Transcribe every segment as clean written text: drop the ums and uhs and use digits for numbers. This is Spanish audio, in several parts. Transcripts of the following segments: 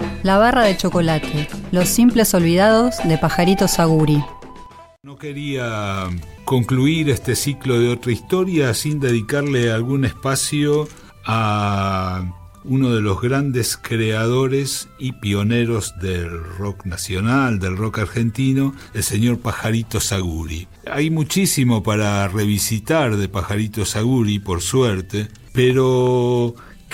La barra de chocolate, los simples olvidados de Pajarito Saguri. No quería concluir este ciclo de otra historia sin dedicarle algún espacio a uno de los grandes creadores y pioneros del rock nacional, del rock argentino, el señor Pajarito Saguri. Hay muchísimo para revisitar de Pajarito Saguri, por suerte, pero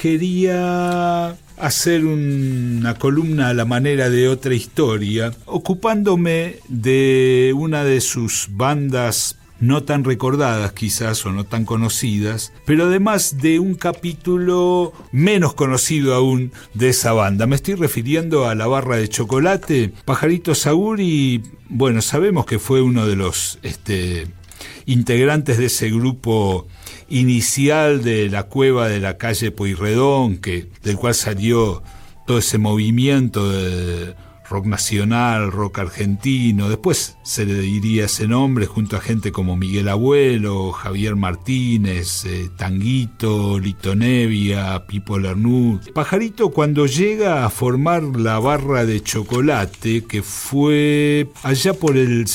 quería hacer una columna a la manera de otra historia, ocupándome de una de sus bandas no tan recordadas quizás o no tan conocidas, pero además de un capítulo menos conocido aún de esa banda. Me estoy refiriendo a La Barra de Chocolate. Pajarito Saguri, bueno, sabemos que fue uno de los integrantes de ese grupo inicial de la cueva de la calle Pueyrredón, del cual salió todo ese movimiento de rock nacional, rock argentino. Después se le diría ese nombre junto a gente como Miguel Abuelo, Javier Martínez, Tanguito, Lito Nevia, Pipo Lernud. Pajarito, cuando llega a formar La Barra de Chocolate, que fue allá por el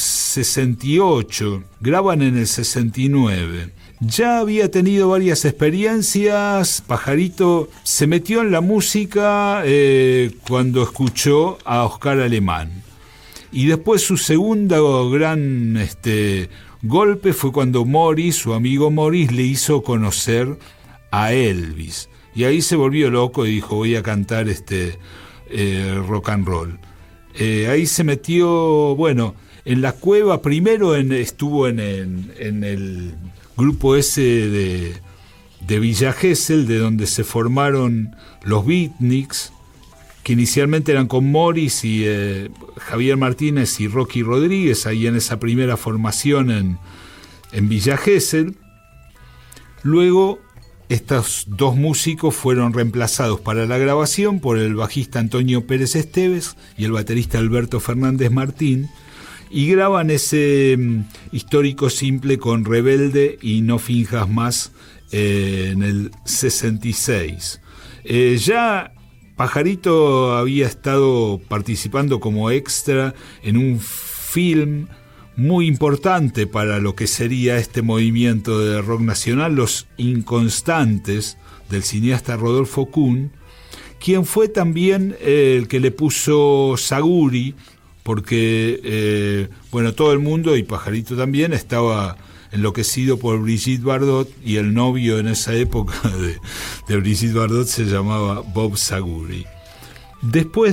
68, graban en el 69. Ya había tenido varias experiencias. Pajarito se metió en la música cuando escuchó a Oscar Alemán. Y después su segundo gran golpe fue cuando Morris, su amigo Morris, le hizo conocer a Elvis. Y ahí se volvió loco y dijo, voy a cantar rock and roll. Ahí se metió, bueno, en la cueva. Primero estuvo en el grupo ese de Villa Gesell, de donde se formaron los Beatniks, que inicialmente eran con Morris y Javier Martínez y Rocky Rodríguez, ahí en esa primera formación en Villa Gesell. Luego estos dos músicos fueron reemplazados para la grabación por el bajista Antonio Pérez Esteves y el baterista Alberto Fernández Martín, y graban ese histórico simple con Rebelde y No Finjas Más en el 66. Ya Pajarito había estado participando como extra en un film muy importante para lo que sería este movimiento de rock nacional, Los Inconstantes, del cineasta Rodolfo Kuhn, quien fue también el que le puso Saguri, porque, todo el mundo, y Pajarito también, estaba enloquecido por Brigitte Bardot, y el novio en esa época de Brigitte Bardot se llamaba Bob Saguri. Después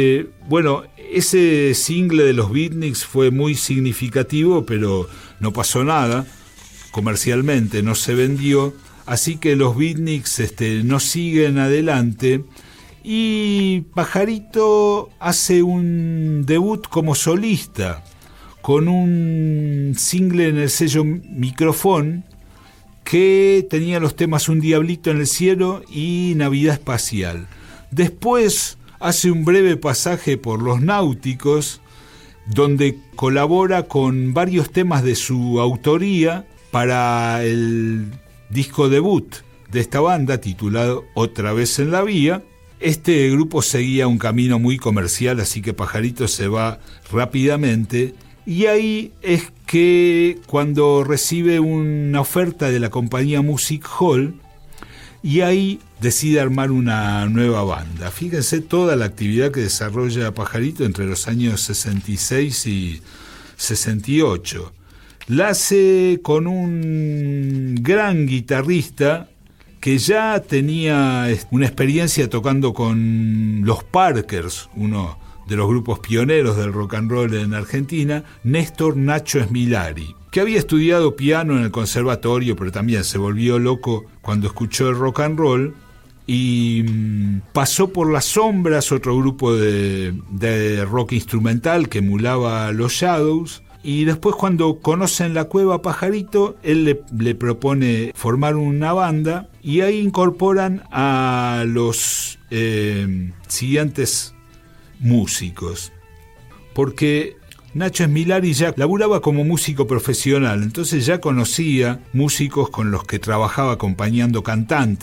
ese single de los Beatniks fue muy significativo, pero no pasó nada, comercialmente no se vendió, así que los Beatniks no siguen adelante. Y Pajarito hace un debut como solista con un single en el sello Microfón que tenía los temas Un Diablito en el Cielo y Navidad Espacial. Después hace un breve pasaje por Los Náuticos, donde colabora con varios temas de su autoría para el disco debut de esta banda titulado Otra Vez en la Vía. Este grupo seguía un camino muy comercial, así que Pajarito se va rápidamente, y ahí es que cuando recibe una oferta de la compañía Music Hall, y ahí decide armar una nueva banda. Fíjense toda la actividad que desarrolla Pajarito entre los años 66 y 68. La hace con un gran guitarrista que ya tenía una experiencia tocando con los Parkers, uno de los grupos pioneros del rock and roll en Argentina, Néstor Nacho Smilari, que había estudiado piano en el conservatorio, pero también se volvió loco cuando escuchó el rock and roll, y pasó por Las Sombras, otro grupo de rock instrumental que emulaba los Shadows. Y después, cuando conocen la cueva Pajarito, él le propone formar una banda, y ahí incorporan a los siguientes músicos, porque Nacho Smilari ya laburaba como músico profesional, entonces ya conocía músicos con los que trabajaba acompañando cantantes,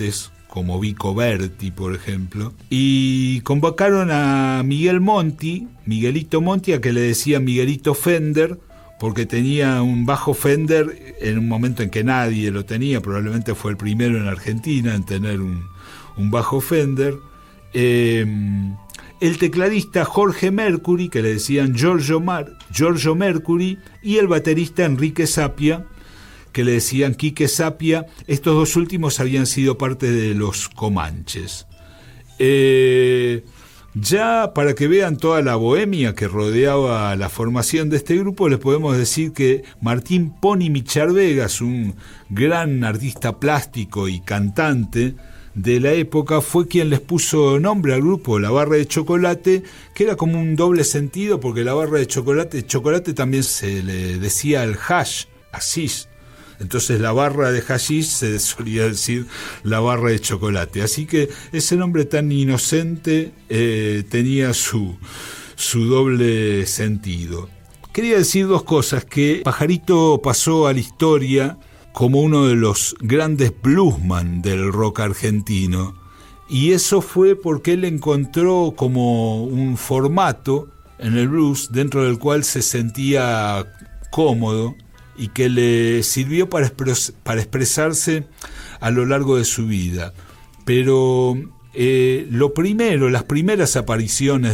como Vico Berti, por ejemplo, y convocaron a Miguelito Monti, a que le decían Miguelito Fender, porque tenía un bajo Fender en un momento en que nadie lo tenía, probablemente fue el primero en Argentina en tener un bajo Fender. El tecladista Jorge Mercury, que le decían Giorgio Mercury, y el baterista Enrique Sapia, que le decían Quique Sapia. Estos dos últimos habían sido parte de los Comanches. Ya para que vean toda la bohemia que rodeaba la formación de este grupo, les podemos decir que Martín Pony Micharvegas, un gran artista plástico y cantante de la época, fue quien les puso nombre al grupo, La Barra de Chocolate, que era como un doble sentido, porque la barra de chocolate también se le decía al hash, hashish. Entonces la barra de hashish se solía decir la barra de chocolate. Así que ese nombre tan inocente tenía su doble sentido. Quería decir dos cosas: que Pajarito pasó a la historia como uno de los grandes bluesman del rock argentino, y eso fue porque él encontró como un formato en el blues dentro del cual se sentía cómodo y que le sirvió para expresarse a lo largo de su vida. Pero las primeras apariciones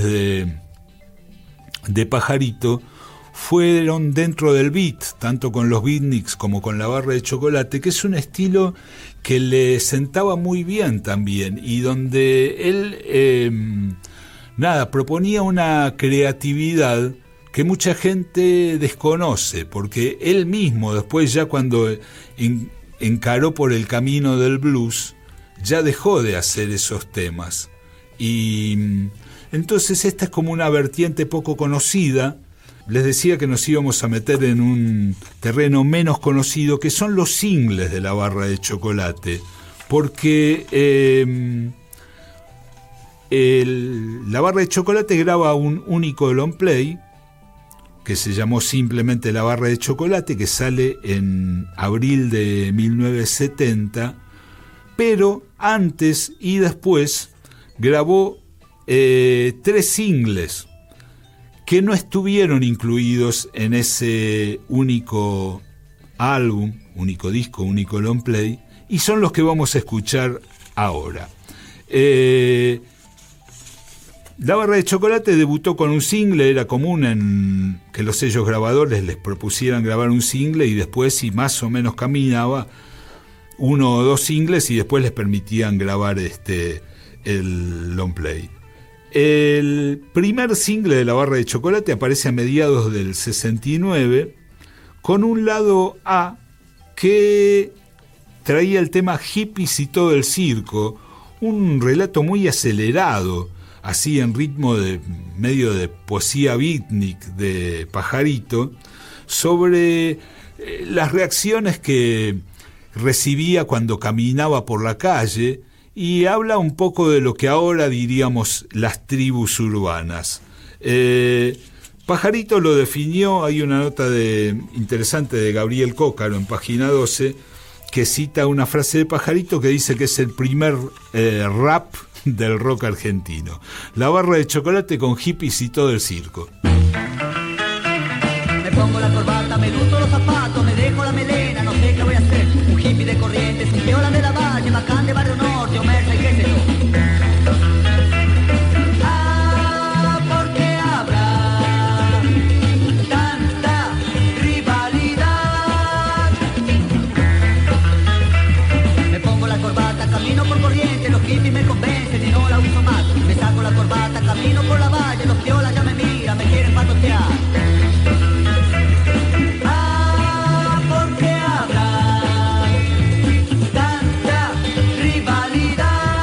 de Pajarito fueron dentro del beat, tanto con los beatniks como con La Barra de Chocolate, que es un estilo que le sentaba muy bien también, y donde él proponía una creatividad que mucha gente desconoce, porque él mismo después, ya cuando encaró por el camino del blues, ya dejó de hacer esos temas. Y entonces esta es como una vertiente poco conocida. Les decía que nos íbamos a meter en un terreno menos conocido, que son los singles de La Barra de Chocolate, porque La Barra de Chocolate graba un único long play que se llamó simplemente La Barra de Chocolate, que sale en abril de 1970, pero antes y después grabó 3 singles que no estuvieron incluidos en ese único álbum, único disco, único long play, y son los que vamos a escuchar ahora. La Barra de Chocolate debutó con un single. Era común en que los sellos grabadores les propusieran grabar un single y después, si más o menos caminaba, 1 o 2 singles, y después les permitían grabar el long play. El primer single de La Barra de Chocolate aparece a mediados del 69 con un lado A que traía el tema Hippies y todo el circo, un relato muy acelerado, así en ritmo de medio de poesía beatnik de Pajarito, sobre las reacciones que recibía cuando caminaba por la calle, y habla un poco de lo que ahora diríamos las tribus urbanas. Pajarito lo definió, hay una nota interesante de Gabriel Cócaro en página 12, que cita una frase de Pajarito que dice que es el primer rap del rock argentino. La Barra de Chocolate con Hippies y todo el circo. Me pongo la corbata, me luto los zapatos, me dejo la melena, no sé qué voy a hacer. Un hippie de Corrientes, un piola de la Valle, bacán de Barrio Norte, Omerta y qué sé yo. Ah, porque habrá tanta rivalidad. Me pongo la corbata, camino por Corrientes, los hippies me convencen y no la uso más. Me saco la corbata, camino por la Valle, los piolas ya me miran, me quieren patotear. Porque habrá tanta rivalidad.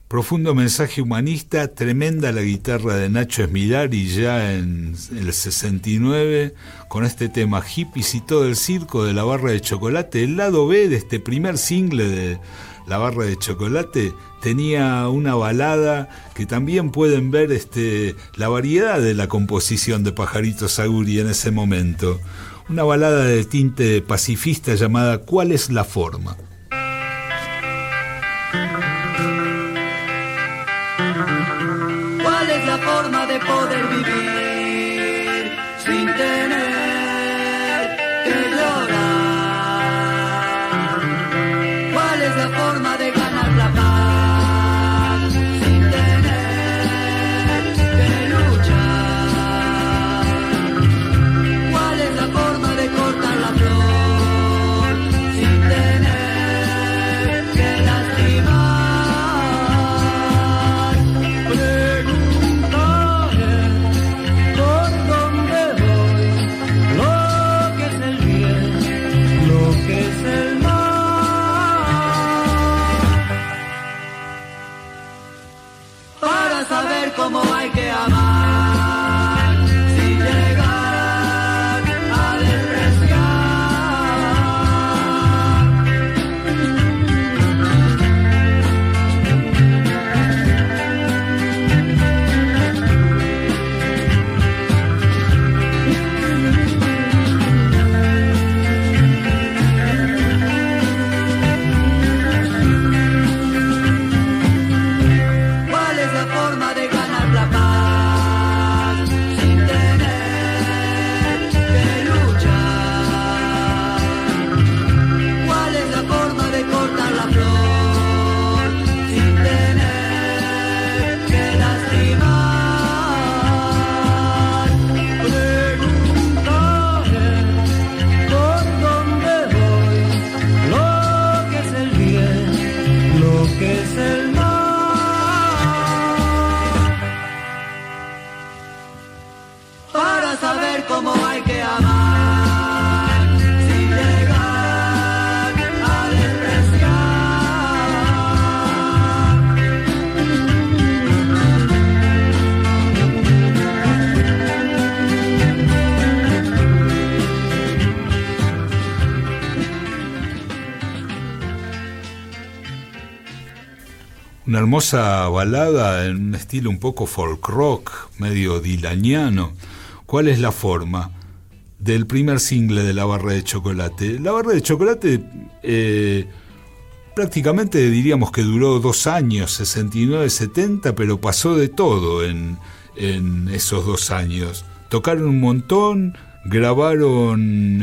Profundo mensaje humanista, tremenda la guitarra de Nacho Esmilari ya en el 69, con este tema Hippies y todo el circo de La Barra de Chocolate. El lado B de este primer single de La Barra de Chocolate tenía una balada que también pueden ver la variedad de la composición de Pajarito Saguri en ese momento. Una balada de tinte pacifista llamada ¿Cuál es la forma? ¿Cuál es la forma de poder vivir sin tener que llorar? ¿Cuál es la forma de ganar la paz sin tener que luchar? ¿Cuál es la forma de cortar la flor sin tener que lastimar? Cómo hay que amar sin llegar a despreciar. ¿Cuál es la forma de ganar la paz sin tener que luchar? ¿Cuál es la forma de cortar la flor sin tener que lastimar? Preguntaré por dónde voy, lo que es el bien, lo que es el mal. Para saber cómo hay que amar sin llegar a Una hermosa balada en un estilo un poco folk rock, medio dilaniano. ¿Cuál es la forma? Del primer single de La Barra de Chocolate. La Barra de Chocolate prácticamente diríamos que duró 2 años, 69-70, pero pasó de todo en esos 2 años. Tocaron un montón, grabaron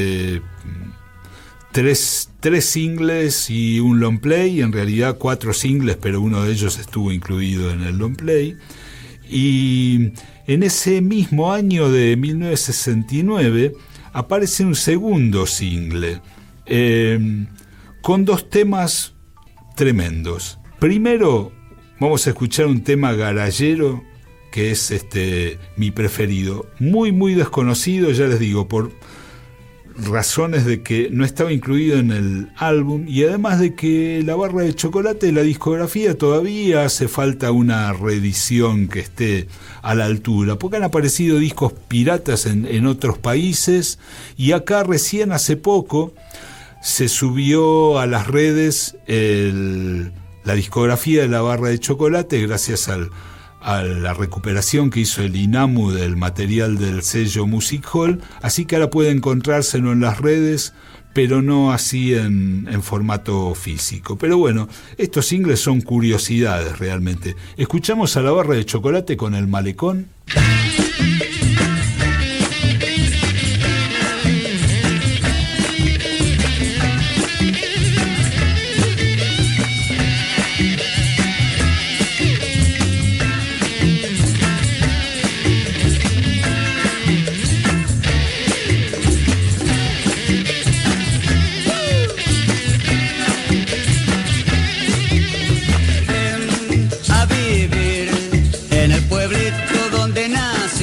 tres singles y un long play, en realidad 4 singles, pero uno de ellos estuvo incluido en el long play. Y en ese mismo año de 1969 aparece un segundo single con 2 temas tremendos. Primero vamos a escuchar un tema garallero que es mi preferido, muy muy desconocido, ya les digo, por razones de que no estaba incluido en el álbum y además de que La Barra de Chocolate, la discografía, todavía hace falta una reedición que esté a la altura, porque han aparecido discos piratas en otros países y acá recién hace poco se subió a las redes la discografía de La Barra de Chocolate gracias a la recuperación que hizo el INAMU del material del sello Music Hall, así que ahora puede encontrárselo en las redes, pero no así en formato físico. Pero bueno, estos singles son curiosidades realmente. Escuchamos a La Barra de Chocolate con El Malecón. a vivir en el pueblito donde nace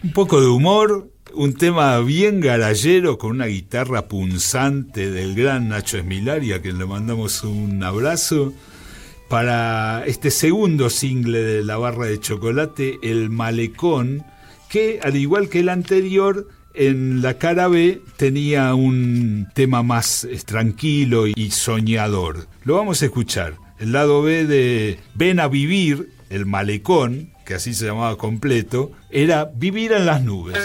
Un poco de humor, un tema bien garallero con una guitarra punzante del gran Nacho Esmilari, a quien le mandamos un abrazo, para este segundo single de La Barra de Chocolate, El Malecón, que al igual que el anterior, en la cara B tenía un tema más tranquilo y soñador. Lo vamos a escuchar. El lado B de Ven a Vivir, El Malecón, que así se llamaba completo, era Vivir en las Nubes.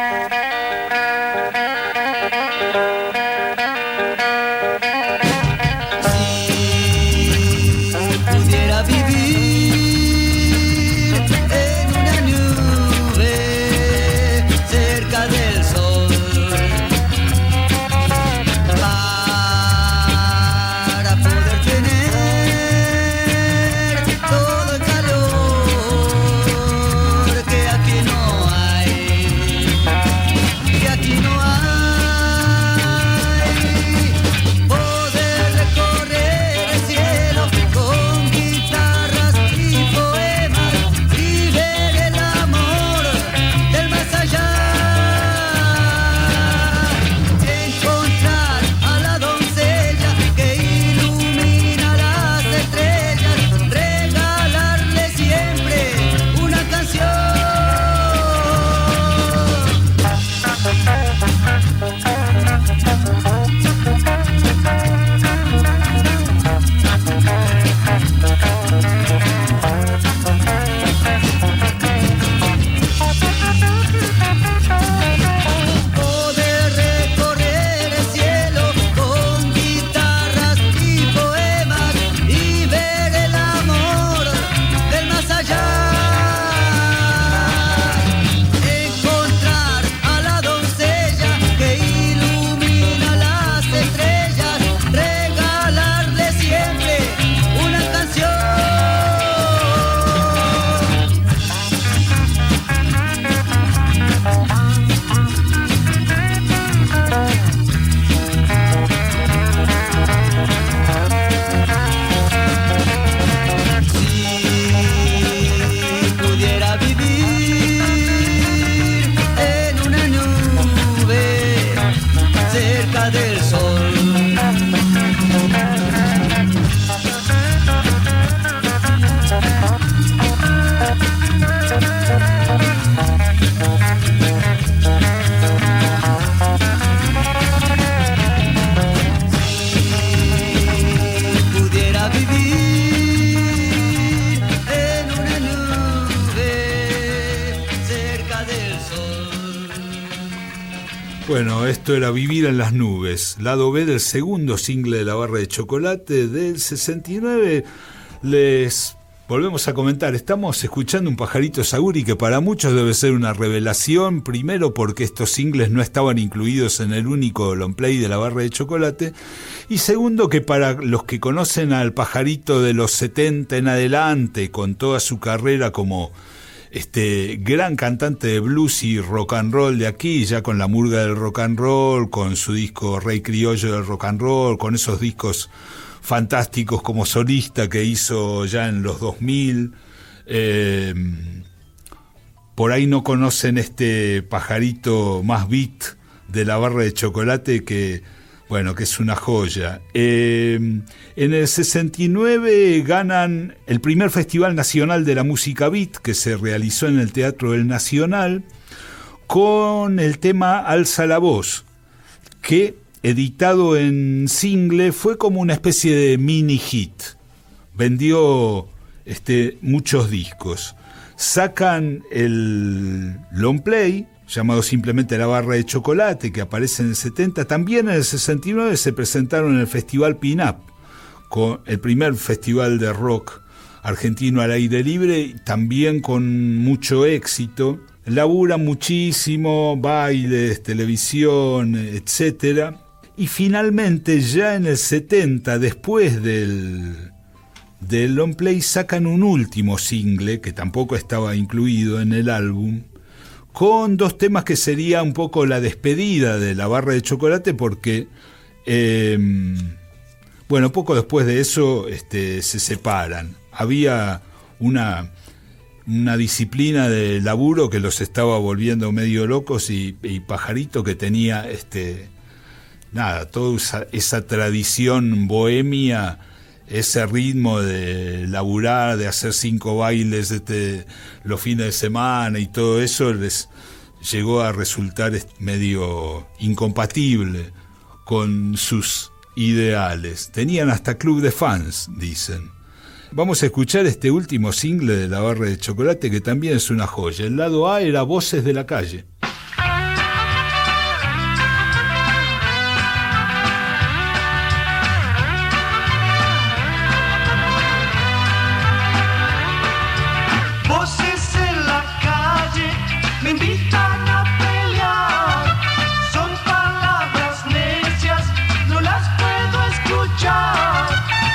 Bueno, esto era Vivir en las Nubes, lado B del segundo single de La Barra de Chocolate del 69. Les volvemos a comentar, estamos escuchando un Pajarito Saguri que para muchos debe ser una revelación, primero porque estos singles no estaban incluidos en el único long play de La Barra de Chocolate, y segundo que para los que conocen al Pajarito de los 70 en adelante, con toda su carrera como gran cantante de blues y rock and roll de aquí, ya con la murga del rock and roll, con su disco Rey Criollo del rock and roll, con esos discos fantásticos como solista que hizo ya en los 2000, por ahí no conocen este Pajarito más beat de La Barra de Chocolate que es una joya. En el 69 ganan el primer Festival Nacional de la Música Beat, que se realizó en el Teatro del Nacional, con el tema Alza la Voz, que, editado en single, fue como una especie de mini hit. Vendió muchos discos. Sacan el long play, llamado simplemente La Barra de Chocolate, que aparece en el 70. También en el 69 se presentaron en el Festival Pin-Up, con el primer festival de rock argentino al aire libre, también con mucho éxito. Laburan muchísimo, bailes, televisión, etcétera. Y finalmente, ya en el 70, después del long play, sacan un último single, que tampoco estaba incluido en el álbum, con dos temas que sería un poco la despedida de La Barra de Chocolate, porque poco después de eso se separan. Había una una disciplina de laburo que los estaba volviendo medio locos, y Pajarito, que tenía toda esa tradición bohemia, ese ritmo de laburar, de hacer 5 bailes los fines de semana y todo eso, les llegó a resultar medio incompatible con sus ideales. Tenían hasta club de fans, dicen. Vamos a escuchar este último single de La Barra de Chocolate, que también es una joya. El lado A era Voces de la Calle. Voces en la calle me invitan a pelear. Son palabras necias, no las puedo escuchar.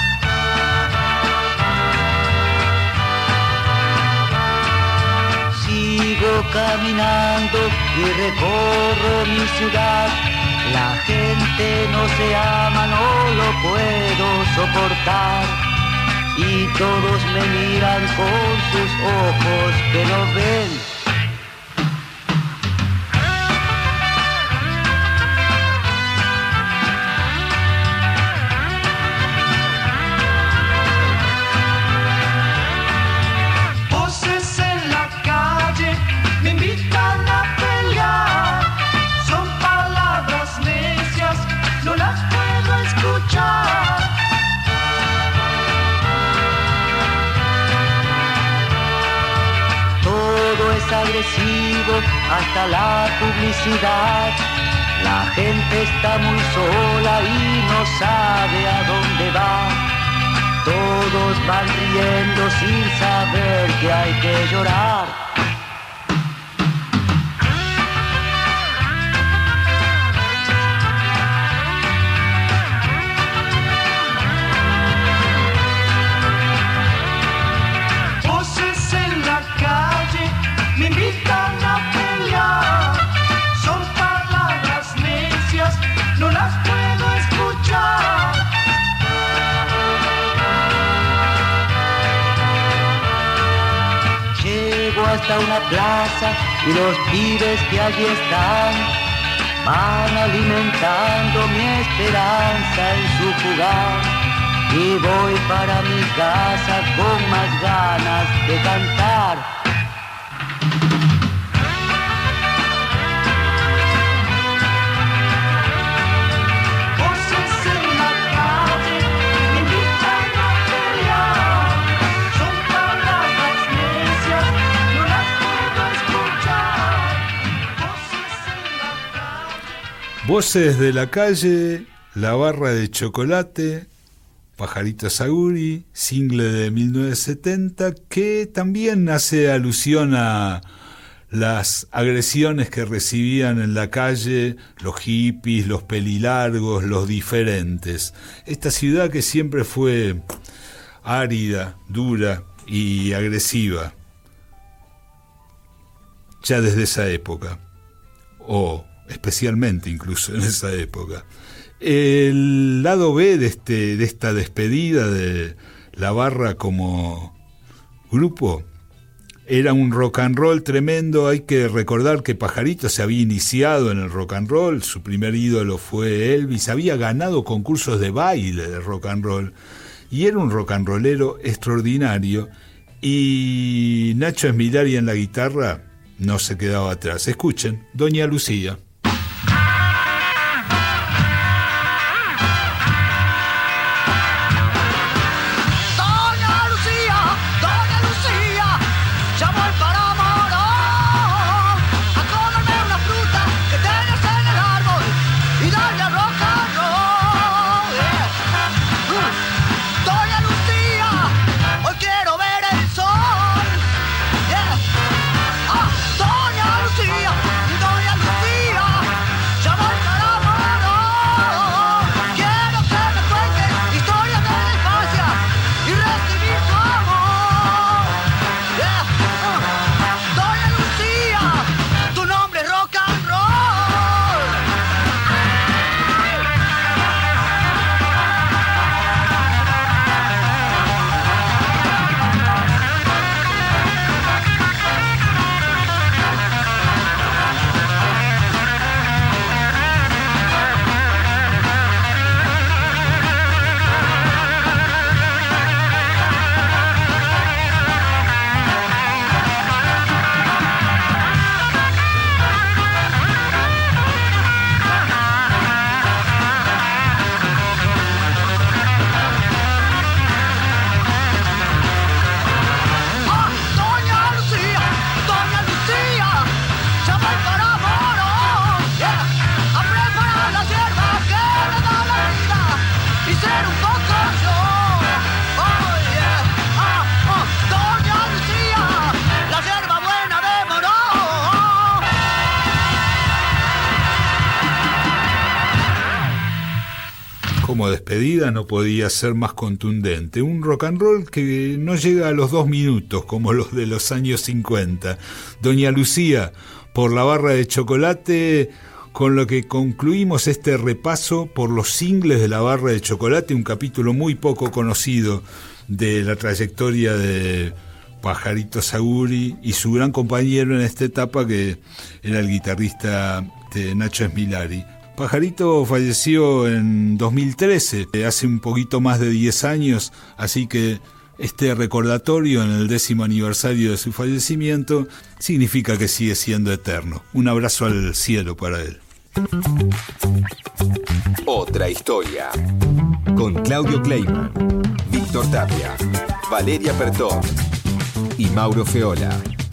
Sigo caminando y recorro mi ciudad. La gente no se ama, no lo puedo soportar. Y todos me miran con sus ojos que no ven. Voces en la calle me invitan a pelear. Son palabras necias, no las puedo escuchar. Agresivo hasta la publicidad. La gente está muy sola y no sabe a dónde va. Todos van riendo sin saber que hay que llorar. Me invitan a pelear, son palabras necias, no las puedo escuchar. Llego hasta una plaza y los pibes que allí están van alimentando mi esperanza en su jugar. Y voy para mi casa con más ganas de cantar. Voces de la Calle, La Barra de Chocolate, Pajarito Azaguri, single de 1970, que también hace alusión a las agresiones que recibían en la calle los hippies, los pelilargos, los diferentes. Esta ciudad que siempre fue árida, dura y agresiva, ya desde esa época, o especialmente incluso en esa época. El lado B de esta despedida de La Barra como grupo era un rock and roll tremendo. Hay que recordar que Pajarito se había iniciado en el rock and roll, su primer ídolo fue Elvis, había ganado concursos de baile de rock and roll y era un rock and rollero extraordinario, y Nacho Esmilari en la guitarra no se quedaba atrás. Escuchen, Doña Lucía. Doña Lucía, como despedida no podía ser más contundente. Un rock and roll que no llega a los 2 minutos como los de los años 50. Doña Lucía, por la barra de chocolate, con lo que concluimos este repaso por los singles de la barra de chocolate, un capítulo muy poco conocido de la trayectoria de Pajarito Zaguri y su gran compañero en esta etapa, que era el guitarrista Nacho Esmilari. Pajarito falleció en 2013, hace un poquito más de 10 años, así que este recordatorio en el 10º aniversario de su fallecimiento significa que sigue siendo eterno. Un abrazo al cielo para él. Otra historia. Con Claudio Kleiman, Víctor Tapia, Valeria Pertón y Mauro Feola.